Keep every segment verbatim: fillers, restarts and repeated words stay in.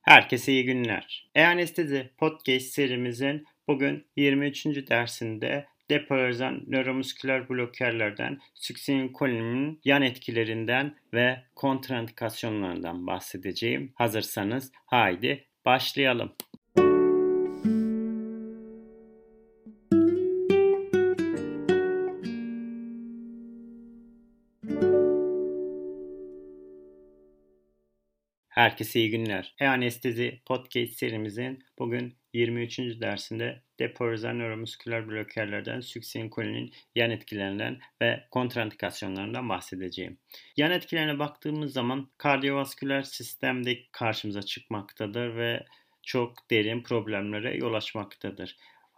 Herkese iyi günler. E-Anestezi Podcast serimizin bugün yirmi üçüncü dersinde depolarizan nöromusküler blokerlerden süksinilkolinin yan etkilerinden ve kontraindikasyonlarından bahsedeceğim. Hazırsanız haydi başlayalım. Herkese iyi günler. E-Anestezi Podcast serimizin bugün yirmi üçüncü dersinde depolarizan nöromusküler blokerlerden süksinilkolinin yan etkilerinden ve kontraindikasyonlarından bahsedeceğim. Yan etkilerine baktığımız zaman kardiyovasküler sistemde karşımıza çıkmaktadır ve çok derin problemlere yol açmaktadır.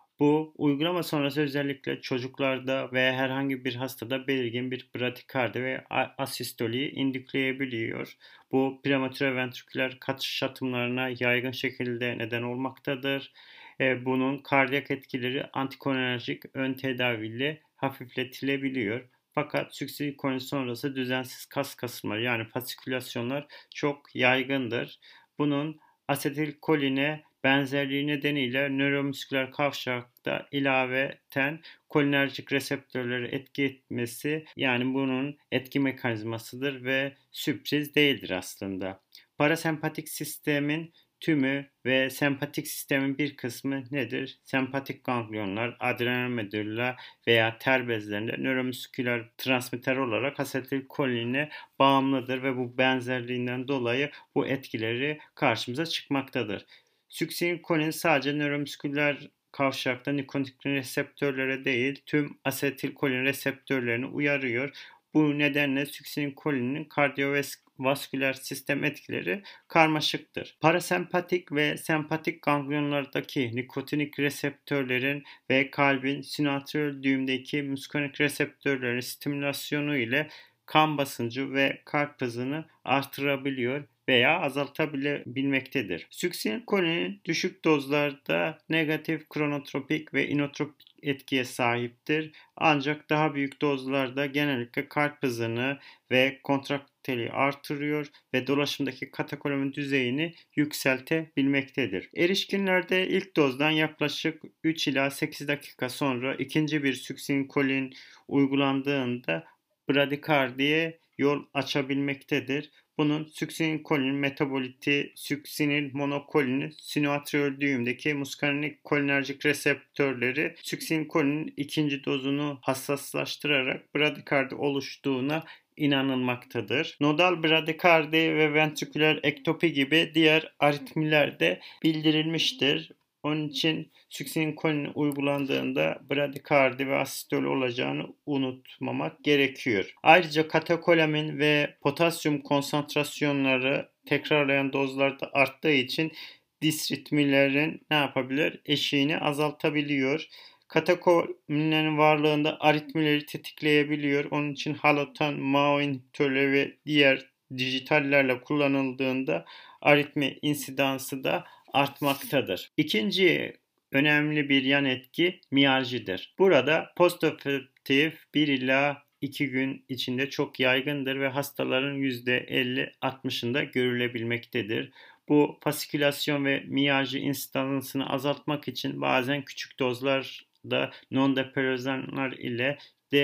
Bu uygulama sonrası özellikle çocuklarda ve herhangi bir hastada belirgin bir bradikardi ve asistoliyi indükleyebiliyor. Bu prematüre ventriküler kaçış atımlarına yaygın şekilde neden olmaktadır. E, bunun kardiyak etkileri antikolinerjik ön tedaviyle hafifletilebiliyor. Fakat süksinilkolin sonrası düzensiz kas kasılmaları yani fasikülasyonlar çok yaygındır. Bunun asetilkoline benzerliği nedeniyle nöromusküler kavşakta ilaveten kolinerjik reseptörleri etki etmesi yani bunun etki mekanizmasıdır ve sürpriz değildir aslında. Parasempatik sistemin tümü ve sempatik sistemin bir kısmı nedir? Sempatik ganglionlar, adrenal medulla veya ter bezlerinde nöromusküler transmitter olarak asetilkoline bağımlıdır ve bu benzerliğinden dolayı bu etkileri karşımıza çıkmaktadır. Süksinilkolin sadece nöromusküler kavşakta nikotin reseptörlere değil tüm asetilkolin reseptörlerini uyarıyor. Bu nedenle süksinilkolinin kardiyovasküler sistem etkileri karmaşıktır. Parasempatik ve sempatik ganglionlardaki nikotinik reseptörlerin ve kalbin sinoatrial düğümdeki muskonik reseptörlerin stimülasyonu ile kan basıncı ve kalp hızını artırabiliyor veya azaltabilmektedir. Süksinilkolin düşük dozlarda negatif kronotropik ve inotropik etkiye sahiptir. Ancak daha büyük dozlarda genellikle kalp hızını ve kontraktili artırıyor ve dolaşımdaki katekolamin düzeyini yükseltebilmektedir. Erişkinlerde ilk dozdan yaklaşık üç ila sekiz dakika sonra ikinci bir süksinilkolin uygulandığında bradikardiye yol açabilmektedir. Bunun süksinilkolin metaboliti süksinil monokolini sinoatrial düğümdeki muskarinik kolinerjik reseptörleri süksinilkolinin ikinci dozunu hassaslaştırarak bradikardi oluştuğuna inanılmaktadır. Nodal bradikardi ve ventriküler ektopi gibi diğer aritmiler de bildirilmiştir. Onun için süksinilkolin uygulandığında bradikardi ve asistoli olacağını unutmamak gerekiyor. Ayrıca katekolamin ve potasyum konsantrasyonları tekrarlayan dozlarda arttığı için disritmilerin ne yapabilir? Eşiğini azaltabiliyor. Katekolinlerin varlığında aritmileri tetikleyebiliyor. Onun için halotan, MAO inhibitörleri ve diğer dijitallerle kullanıldığında aritmi insidansı da artmaktadır. İkinci önemli bir yan etki miyaljidir. Burada postoperatif bir ila iki gün içinde çok yaygındır ve hastaların yüzde elli altmışında görülebilmektedir. Bu fasikülasyon ve miyalji insidansını azaltmak için bazen küçük dozlarda non-depolarizanlar ile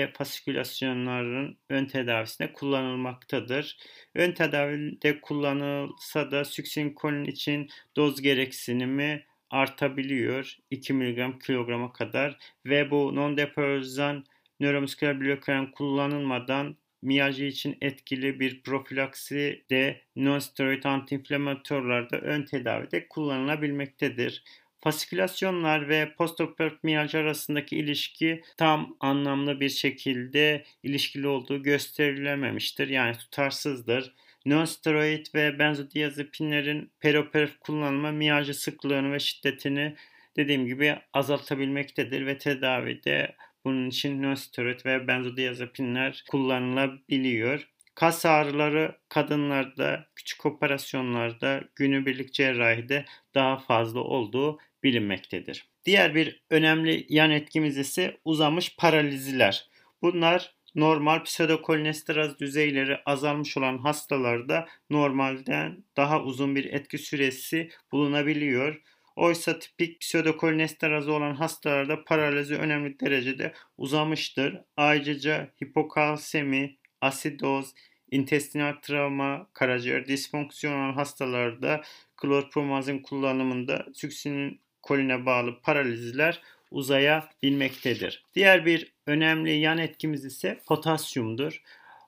defasikülasyonların ön tedavisinde kullanılmaktadır. Ön tedavide kullanılsa da süksinilkolin için doz gereksinimi artabiliyor iki miligram kilograma kadar ve bu non-depolarizan nöromusküler blokerin kullanılmadan miyalji için etkili bir profilaksi de non-steroid antiinflamatörlerde ön tedavide kullanılabilmektedir. Fasikülasyonlar ve postoperatif miyalji arasındaki ilişki tam anlamlı bir şekilde ilişkili olduğu gösterilememiştir. Yani tutarsızdır. Nonsteroid ve benzodiazepinlerin perioperatif kullanımı miyalji sıklığını ve şiddetini dediğim gibi azaltabilmektedir ve tedavide bunun için nonsteroid ve benzodiazepinler kullanılabiliyor. Kas ağrıları kadınlarda, küçük operasyonlarda, günübirlik cerrahide daha fazla olduğu bilinmektedir. Diğer bir önemli yan etkimiz ise uzamış paraliziler. Bunlar normal pseudokolinesteraz düzeyleri azalmış olan hastalarda normalden daha uzun bir etki süresi bulunabiliyor. Oysa tipik pseudokolinesterazı olan hastalarda paralezi önemli derecede uzamıştır. Ayrıca hipokalsemi, asidoz, intestinal travma, karaciğer disfonksiyonu olan hastalarda klorpromazin kullanımında succinin koline bağlı paralizler uzayabilmektedir. Diğer bir önemli yan etkimiz ise potasyumdur.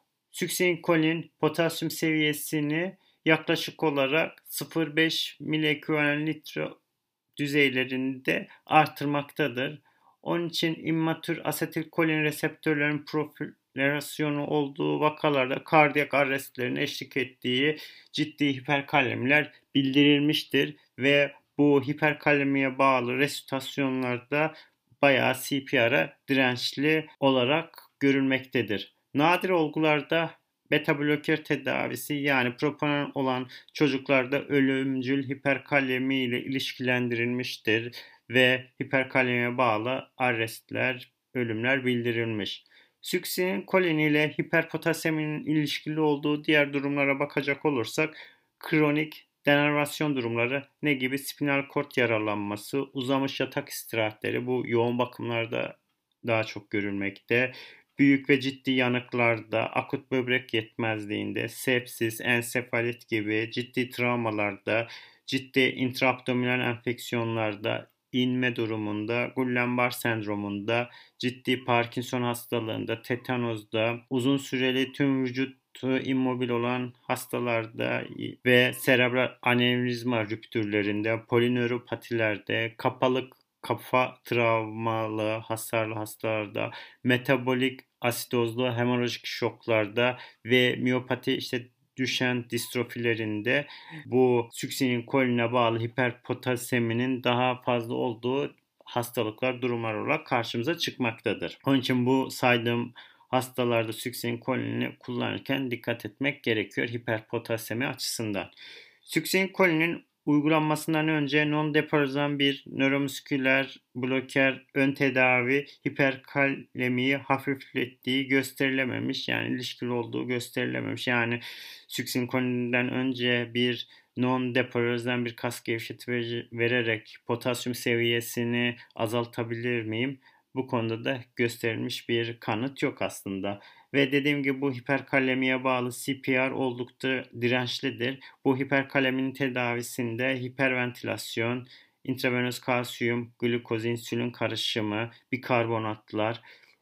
Süksinkolin potasyum seviyesini yaklaşık olarak sıfır virgül beş miliekvivalent litre düzeylerinde artırmaktadır. Onun için immatür asetilkolin reseptörlerin proliferasyonu olduğu vakalarda kardiyak arrestlerin eşlik ettiği ciddi hiperkalemiler bildirilmiştir ve bu hiperkalemiye bağlı resitasyonlarda bayağı C P R'a dirençli olarak görülmektedir. Nadir olgularda beta bloker tedavisi yani propanon olan çocuklarda ölümcül hiperkalemi ile ilişkilendirilmiştir ve hiperkalemiye bağlı arrestler, ölümler bildirilmiş. Süksinkolin ile hiperpotaseminin ilişkili olduğu diğer durumlara bakacak olursak kronik denervasyon durumları ne gibi spinal kort yaralanması, uzamış yatak istirahatleri bu yoğun bakımlarda daha çok görülmekte. Büyük ve ciddi yanıklarda, akut böbrek yetmezliğinde, sepsis, ensefalit gibi ciddi travmalarda, ciddi intraabdominal enfeksiyonlarda, inme durumunda, Guillain-Barré sendromunda, ciddi Parkinson hastalığında, tetanozda, uzun süreli tüm vücut immobil olan hastalarda ve serebral anevrizma rüptürlerinde, polinöropatilerde, kapalı kafa travmalı hasarlı hastalarda, metabolik asidozlu hemorajik şoklarda ve miyopati işte düşen distrofilerinde bu succinin koline bağlı hiperpotaseminin daha fazla olduğu hastalıklar, durumlar olarak karşımıza çıkmaktadır. Onun için bu saydığım hastalarda succinin kolinini kullanırken dikkat etmek gerekiyor hiperpotasemi açısından. Succinin kolinin uygulanmasından önce non-deporizan bir nöromusküler bloker ön tedavi hiperkalemiyi hafiflettiği gösterilememiş, yani ilişkili olduğu gösterilememiş. Yani süksinkolininden önce bir non-deporizan bir kas gevşetici vererek potasyum seviyesini azaltabilir miyim? Bu konuda da gösterilmiş bir kanıt yok aslında. Ve dediğim gibi bu hiperkalemiye bağlı C P R oldukça dirençlidir. Bu hiperkaleminin tedavisinde hiperventilasyon, intravenöz kalsiyum, glukoz, insülin karışımı, bikarbonatlar,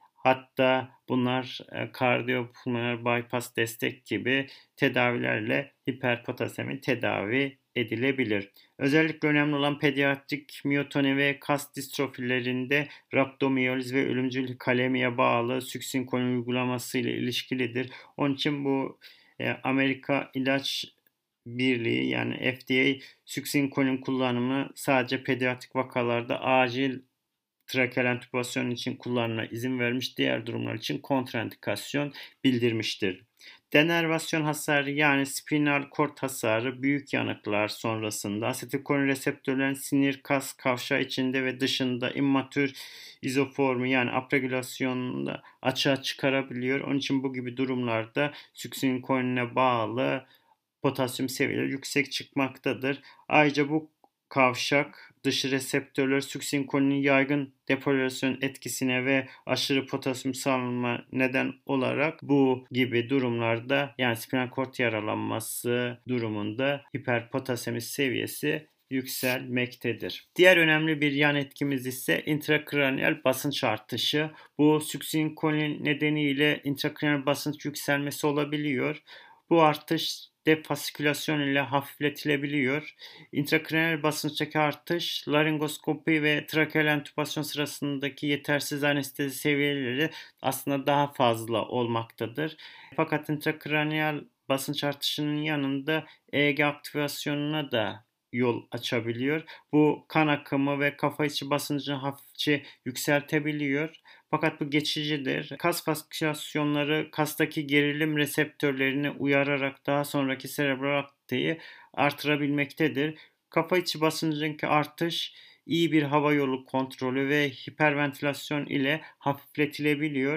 hatta bunlar e, kardiyopulmoner bypass destek gibi tedavilerle hiperpotasemi tedavi edilebilir. Özellikle önemli olan pediatrik miyotoni ve kas distrofilerinde rabdomiyoliz ve ölümcül kalemiye bağlı süksinkolin uygulaması ile ilişkilidir. Onun için bu e, Amerika İlaç Birliği yani F D A süksinkolin kullanımı sadece pediatrik vakalarda acil trakeal entübasyon için kullanımına izin vermiş, diğer durumlar için kontraindikasyon bildirmiştir. Denervasyon hasarı yani spinal kort hasarı büyük yanıklar sonrasında asetilkolin reseptörlerin sinir kas kavşağı içinde ve dışında immatür izoformu yani upregülasyonunda açığa çıkarabiliyor. Onun için bu gibi durumlarda süksinkoline bağlı potasyum seviyeleri yüksek çıkmaktadır. Ayrıca bu kavşak dışı reseptörler süksinkolinin yaygın depolarisasyon etkisine ve aşırı potasyum salınma neden olarak bu gibi durumlarda yani spinal kort yaralanması durumunda hiperpotasemi seviyesi yükselmektedir. Diğer önemli bir yan etkimiz ise intrakraniyal basınç artışı. Bu süksinkolin nedeniyle intrakraniyal basınç yükselmesi olabiliyor. Bu artış defasikülasyon ile hafifletilebiliyor. İntrakraniyal basınçtaki artış, laringoskopi ve trakeal entübasyon sırasındaki yetersiz anestezi seviyeleri aslında daha fazla olmaktadır. Fakat intrakraniyal basınç artışının yanında E E G aktivasyonuna da yol açabiliyor. Bu kan akımı ve kafa içi basıncını hafifçe yükseltebiliyor. Fakat bu geçicidir. Kas faskülasyonları kastaki gerilim reseptörlerini uyararak daha sonraki serebral aktiviteyi artırabilmektedir. Kafa içi basıncındaki artış iyi bir hava yolu kontrolü ve hiperventilasyon ile hafifletilebiliyor.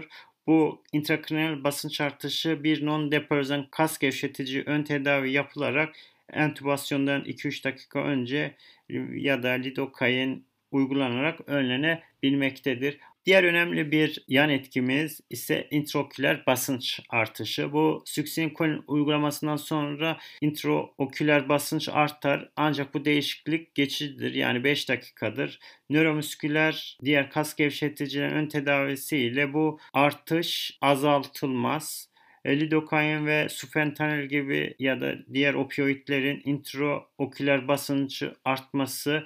Bu intrakraniyal basınç artışı bir non-depolarizan kas gevşetici ön tedavi yapılarak entübasyondan iki üç dakika önce ya da lidokain uygulanarak önlenebilmektedir. Diğer önemli bir yan etkimiz ise intraoküler basınç artışı. Bu succinylcholine uygulamasından sonra intraoküler basınç artar ancak bu değişiklik geçicidir, yani beş dakikadır. Nöromüsküler diğer kas gevşeticilerin ön tedavisiyle bu artış azaltılmaz. Lidokain ve sufentanil gibi ya da diğer opioidlerin intraoküler basıncı artması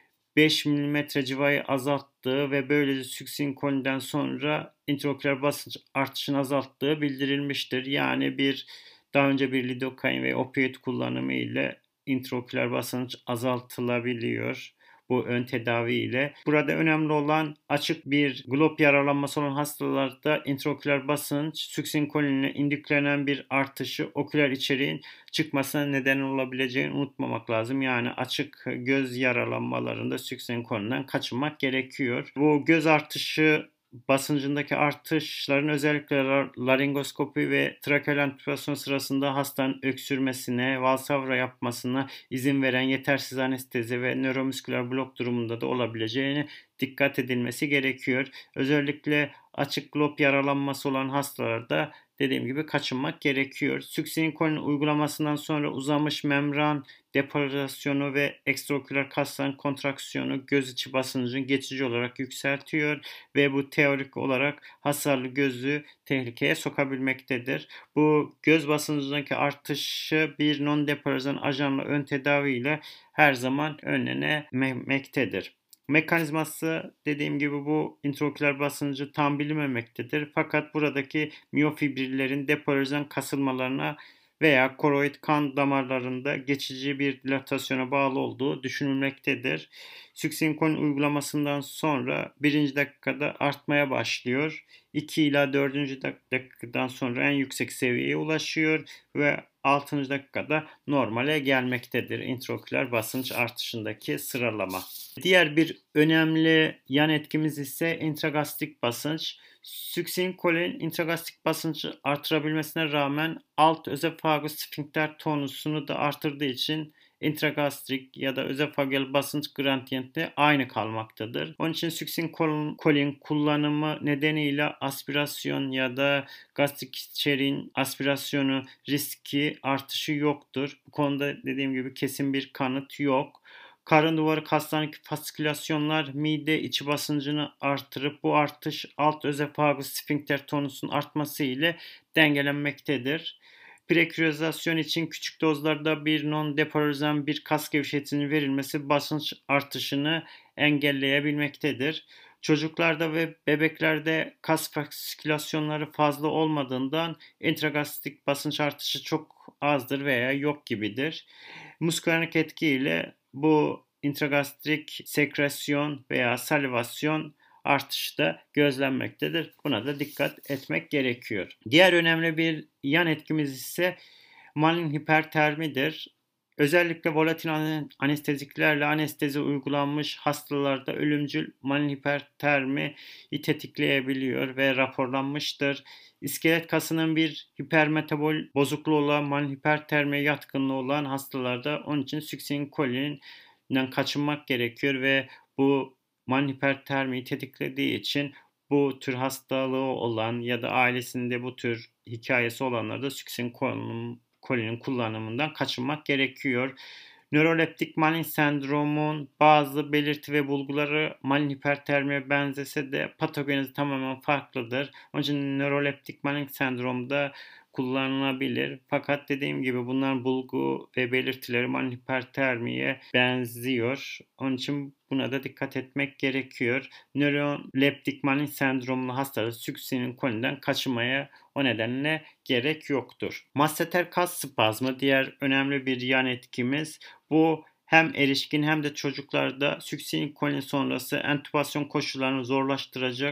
beş milimetre civarı azalttığı ve böylece succinylcholine'den sonra intraoküler basınç artışını azalttığı bildirilmiştir. Yani bir daha önce bir lidokain ve opioid kullanımı ile intraoküler basınç azaltılabiliyor bu ön tedavi ile. Burada önemli olan açık bir glob yaralanması olan hastalarda intraoküler basınç succinylcholine indüklenen bir artışı oküler içeriğin çıkmasına neden olabileceğini unutmamak lazım. Yani açık göz yaralanmalarında succinylcholine'den kaçınmak gerekiyor. Bu göz artışı basıncındaki artışların özellikle laringoskopi ve trakeal entübasyon sırasında hastanın öksürmesine, valsavra yapmasına izin veren yetersiz anestezi ve nöromüsküler blok durumunda da olabileceğine dikkat edilmesi gerekiyor. Özellikle açık glob yaralanması olan hastalarda dediğim gibi kaçınmak gerekiyor. Succinylcholine uygulamasından sonra uzamış membran depolarizasyonu ve ekstraoküler kasların kontraksiyonu göz içi basıncını geçici olarak yükseltiyor ve bu teorik olarak hasarlı gözü tehlikeye sokabilmektedir. Bu göz basıncındaki artışı bir non-depolarizan ajanla ön tedaviyle her zaman önlenemektedir. Mekanizması dediğim gibi bu intraoküler basıncı tam bilinmemektedir. Fakat buradaki miyofibrillerin depolarizan kasılmalarına veya koroid kan damarlarında geçici bir dilatasyona bağlı olduğu düşünülmektedir. Succinylcholine uygulamasından sonra birinci dakikada artmaya başlıyor. iki ila dördüncü dakikadan sonra en yüksek seviyeye ulaşıyor ve altıncı dakikada normale gelmektedir intraoküler basınç artışındaki sıralama. Diğer bir önemli yan etkimiz ise intragastrik basınç. Succinylcholine intragastrik basıncı artırabilmesine rağmen alt özefagus sfinkter tonusunu da artırdığı için intragastrik ya da özefageal basınç gradiyenti aynı kalmaktadır. Onun için succinylcholine kullanımı nedeniyle aspirasyon ya da gastrik içeriğin aspirasyonu riski artışı yoktur. Bu konuda dediğim gibi kesin bir kanıt yok. Karın duvarı kaslarındaki fasikülasyonlar mide içi basıncını artırıp bu artış alt özefagus sfinkter tonusunun artması ile dengelenmektedir. Prekürizasyon için küçük dozlarda bir non-depolarizan bir kas gevşeticinin verilmesi basınç artışını engelleyebilmektedir. Çocuklarda ve bebeklerde kas fasikülasyonları fazla olmadığından intragastrik basınç artışı çok azdır veya yok gibidir. Muskularik etki ile bu intragastrik sekresyon veya salivasyon artışı da gözlenmektedir. Buna da dikkat etmek gerekiyor. Diğer önemli bir yan etkimiz ise malin hipertermidir. Özellikle volatil anesteziklerle anestezi uygulanmış hastalarda ölümcül malin hipertermi tetikleyebiliyor ve raporlanmıştır. İskelet kasının bir hipermetabol bozukluğu olan malin hipertermiye yatkınlığı olan hastalarda onun için succinylcholine'den kaçınmak gerekiyor ve bu malin hipertermiyi tetiklediği için bu tür hastalığı olan ya da ailesinde bu tür hikayesi olanlarda succinylcholine kullanımından kaçınmak gerekiyor. Nöroleptik malin sendromun bazı belirti ve bulguları malin hipertermiye benzese de patogenezi tamamen farklıdır. Onun için nöroleptik malin sendromda kullanılabilir. Fakat dediğim gibi bunların bulgu ve belirtileri malin hipertermiye benziyor. Onun için buna da dikkat etmek gerekiyor. Nöroleptik malin sendromlu hastalar succinylcholine'den kaçınmaya o nedenle gerek yoktur. Masseter kas spazmı diğer önemli bir yan etkimiz. Bu hem erişkin hem de çocuklarda succinylcholine sonrası entübasyon koşullarını zorlaştıracak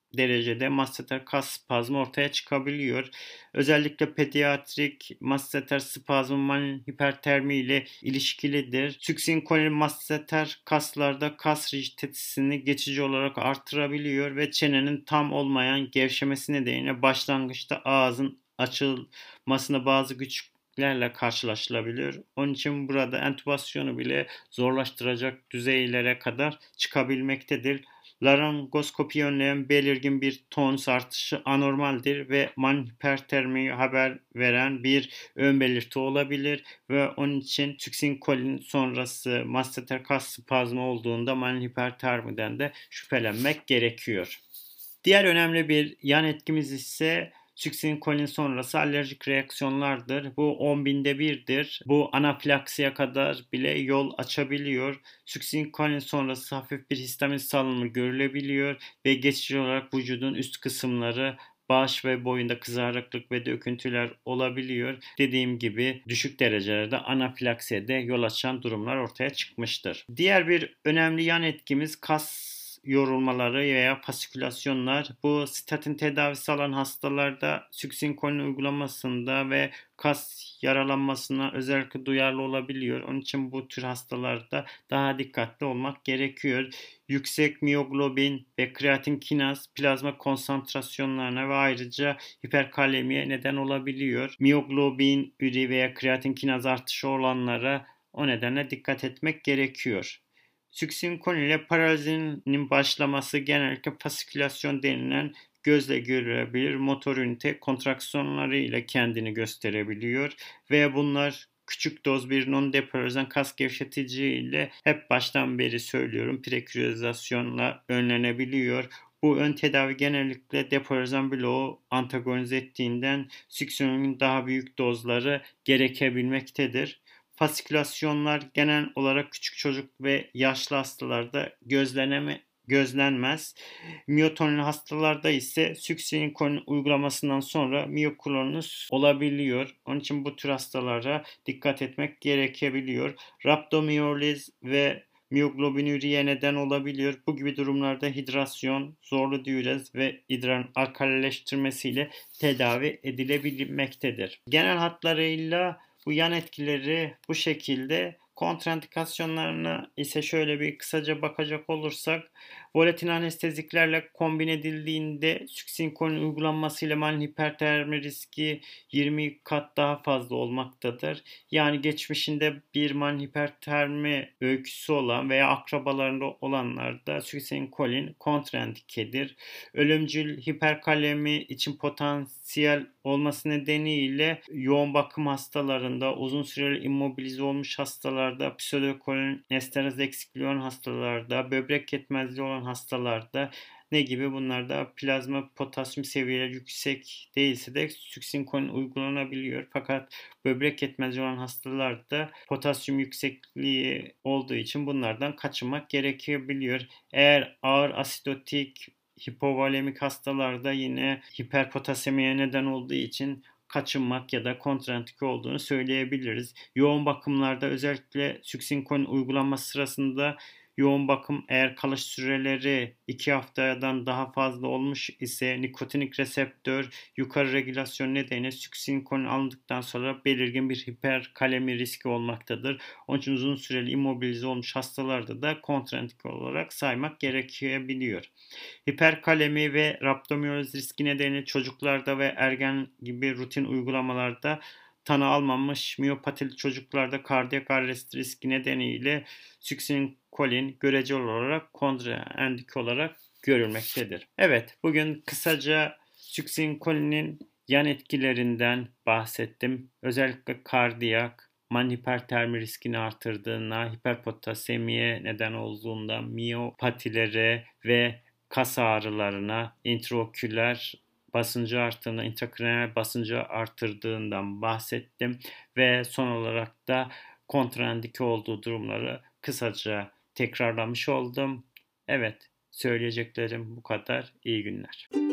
derecede masseter kas spazmı ortaya çıkabiliyor. Özellikle pediatrik masseter spazmı manuel hipertermi ile ilişkilidir. Succinylcholine masseter kaslarda kas rigiditesini geçici olarak artırabiliyor ve çenenin tam olmayan gevşemesi nedeniyle başlangıçta ağzın açılmasına bazı güçlüklerle karşılaşılabiliyor. Onun için burada entübasyonu bile zorlaştıracak düzeylere kadar çıkabilmektedir. Laringoskopi önleyen belirgin bir tonus artışı anormaldir ve manuel hipertermiyi haber veren bir ön belirti olabilir ve onun için succinylcholine sonrası masseter kas spazmı olduğunda manuel hipertermiden de şüphelenmek gerekiyor. Diğer önemli bir yan etkimiz ise succinylcholine sonrası alerjik reaksiyonlardır. Bu on binde birdir. Bu anafilaksiye kadar bile yol açabiliyor. Succinylcholine sonrası hafif bir histamin salınımı görülebiliyor ve geçici olarak vücudun üst kısımları, baş ve boyunda kızarıklık ve döküntüler olabiliyor. Dediğim gibi düşük derecelerde anafilaksiye de yol açan durumlar ortaya çıkmıştır. Diğer bir önemli yan etkimiz kas yorulmaları veya fasikülasyonlar. Bu statin tedavisi alan hastalarda succinylcholine uygulamasında ve kas yaralanmasına özellikle duyarlı olabiliyor. Onun için bu tür hastalarda daha dikkatli olmak gerekiyor. Yüksek miyoglobin ve kreatin kinaz plazma konsantrasyonlarına ve ayrıca hiperkalemiye neden olabiliyor. Miyoglobin, üri veya kreatin kinaz artışı olanlara o nedenle dikkat etmek gerekiyor. Succinylcholine ile paralizinin başlaması genellikle fasikülasyon denilen gözle görülebilir motor ünite kontraksiyonları ile kendini gösterebiliyor ve bunlar küçük doz bir non-depolarizan kas gevşetici ile hep baştan beri söylüyorum prekürizasyonla önlenebiliyor. Bu ön tedavi genellikle depolarizan bloğu antagonize ettiğinden succinylin daha büyük dozları gerekebilmektedir. Fasikülasyonlar genel olarak küçük çocuk ve yaşlı hastalarda gözleneme, gözlenmez. Miyotonlu hastalarda ise succinylcholine uygulamasından sonra miyoklonus olabiliyor. Onun için bu tür hastalara dikkat etmek gerekebiliyor. Rhabdomyoliz ve miyoglobinüriye neden olabiliyor. Bu gibi durumlarda hidrasyon, zorlu diürez ve idrarın alkalileştirmesiyle tedavi edilebilmektedir. Genel hatlarıyla bu yan etkileri bu şekilde. Kontraindikasyonlarına ise şöyle bir kısaca bakacak olursak volatil anesteziklerle kombin edildiğinde succinylcholine uygulanmasıyla manuel hipertermi riski yirmi kat daha fazla olmaktadır. Yani geçmişinde bir manuel hipertermi öyküsü olan veya akrabalarında olanlarda succinylcholine kontraindikedir. Ölümcül hiperkalemi için potansiyel olması nedeniyle yoğun bakım hastalarında, uzun süreli immobilize olmuş hastalarda, pseudokolinesteraz eksikliği olan hastalarda, böbrek yetmezliği olan hastalarda ne gibi bunlarda plazma potasyum seviyeleri yüksek değilse de succinylcholine uygulanabiliyor. Fakat böbrek yetmezliği olan hastalarda potasyum yüksekliği olduğu için bunlardan kaçınmak gerekebiliyor. Eğer ağır asidotik hipovolemik hastalarda yine hiperpotasemiye neden olduğu için kaçınmak ya da kontraindike olduğunu söyleyebiliriz. Yoğun bakımlarda özellikle succinylcholine uygulanması sırasında yoğun bakım eğer kalış süreleri iki haftadan daha fazla olmuş ise nikotinik reseptör yukarı regülasyon nedeniyle succinylcholine alındıktan sonra belirgin bir hiperkalemi riski olmaktadır. Onun için uzun süreli immobilize olmuş hastalarda da kontraindike olarak saymak gerekebiliyor. Hiperkalemi ve rhabdomyoliz riski nedeniyle çocuklarda ve ergen gibi rutin uygulamalarda tanı almamış miyopatili çocuklarda kardiyak arrest riski nedeniyle succinylcholine göreceli olarak kontraindike olarak görülmektedir. Evet, bugün kısaca succinylcholine'in yan etkilerinden bahsettim. Özellikle kardiyak, manuel hipertermi riskini artırdığına, hiperpotasemiye neden olduğunda, miyopatilere ve kas ağrılarına, intraoküler basıncı arttığında, intrakraniyal basıncı artırdığından bahsettim ve son olarak da kontraindike olduğu durumları kısaca tekrarlamış oldum. Evet, söyleyeceklerim bu kadar. İyi günler.